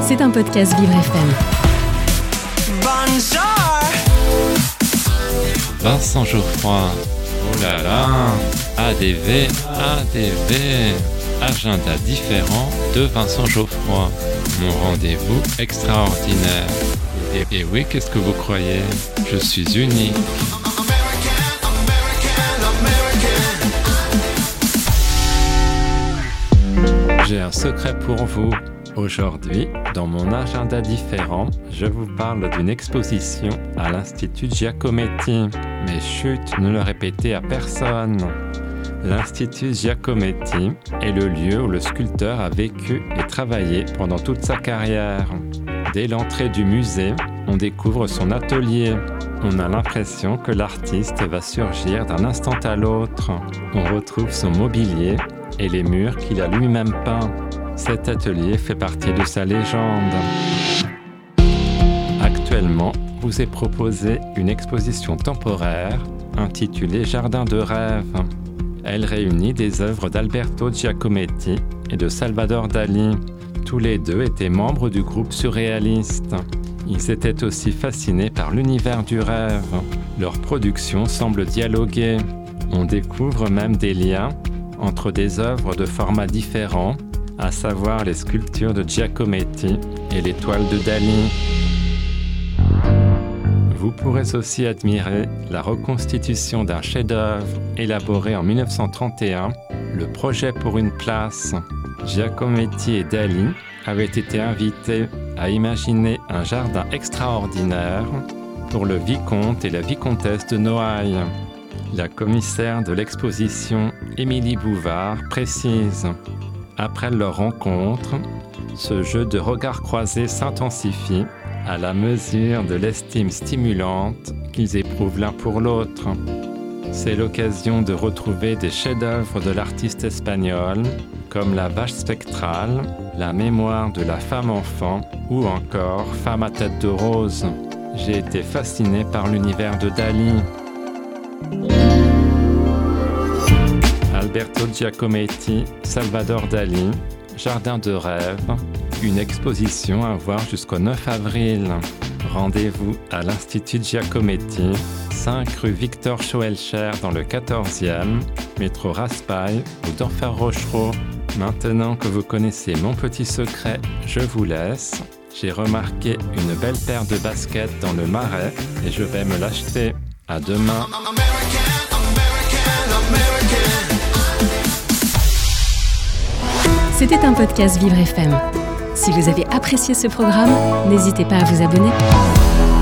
C'est un podcast Vivre FM. Bonjour. Vincent Geoffroy, oh là là, ADV, agenda différent de Vincent Geoffroy, mon rendez-vous extraordinaire. Et oui, qu'est-ce que vous croyez? Je suis unique. J'ai un secret pour vous. Aujourd'hui, dans mon agenda différent, je vous parle d'une exposition à l'Institut Giacometti. Mais chut, ne le répétez à personne. L'Institut Giacometti est le lieu où le sculpteur a vécu et travaillé pendant toute sa carrière. Dès l'entrée du musée, on découvre son atelier. On a l'impression que l'artiste va surgir d'un instant à l'autre. On retrouve son mobilier et les murs qu'il a lui-même peints. Cet atelier fait partie de sa légende. Actuellement, vous est proposée une exposition temporaire intitulée Jardin de rêve. Elle réunit des œuvres d'Alberto Giacometti et de Salvador Dali. Tous les deux étaient membres du groupe surréaliste. Ils étaient aussi fascinés par l'univers du rêve. Leur production semble dialoguer. On découvre même des liens entre des œuvres de formats différents, à savoir les sculptures de Giacometti et les toiles de Dali. Vous pourrez aussi admirer la reconstitution d'un chef-d'œuvre élaboré en 1931, le projet pour une place. Giacometti et Dali avaient été invités à imaginer un jardin extraordinaire pour le vicomte et la vicomtesse de Noailles. La commissaire de l'exposition, Émilie Bouvard, précise: après leur rencontre, ce jeu de regards croisés s'intensifie à la mesure de l'estime stimulante qu'ils éprouvent l'un pour l'autre. C'est l'occasion de retrouver des chefs-d'œuvre de l'artiste espagnol, comme La Vache spectrale, La mémoire de la femme-enfant ou encore Femme à tête de rose. J'ai été fasciné par l'univers de Dali. Alberto Giacometti, Salvador Dali, Jardin de rêve, une exposition à voir jusqu'au 9 avril. Rendez-vous à l'Institut Giacometti, 5 rue Victor Schoelcher dans le 14e, métro Raspail ou d'Enfer Rochereau. Maintenant que vous connaissez mon petit secret, je vous laisse. J'ai remarqué une belle paire de baskets dans le Marais et je vais me l'acheter. À demain. C'était un podcast Vivre FM. Si vous avez apprécié ce programme, n'hésitez pas à vous abonner.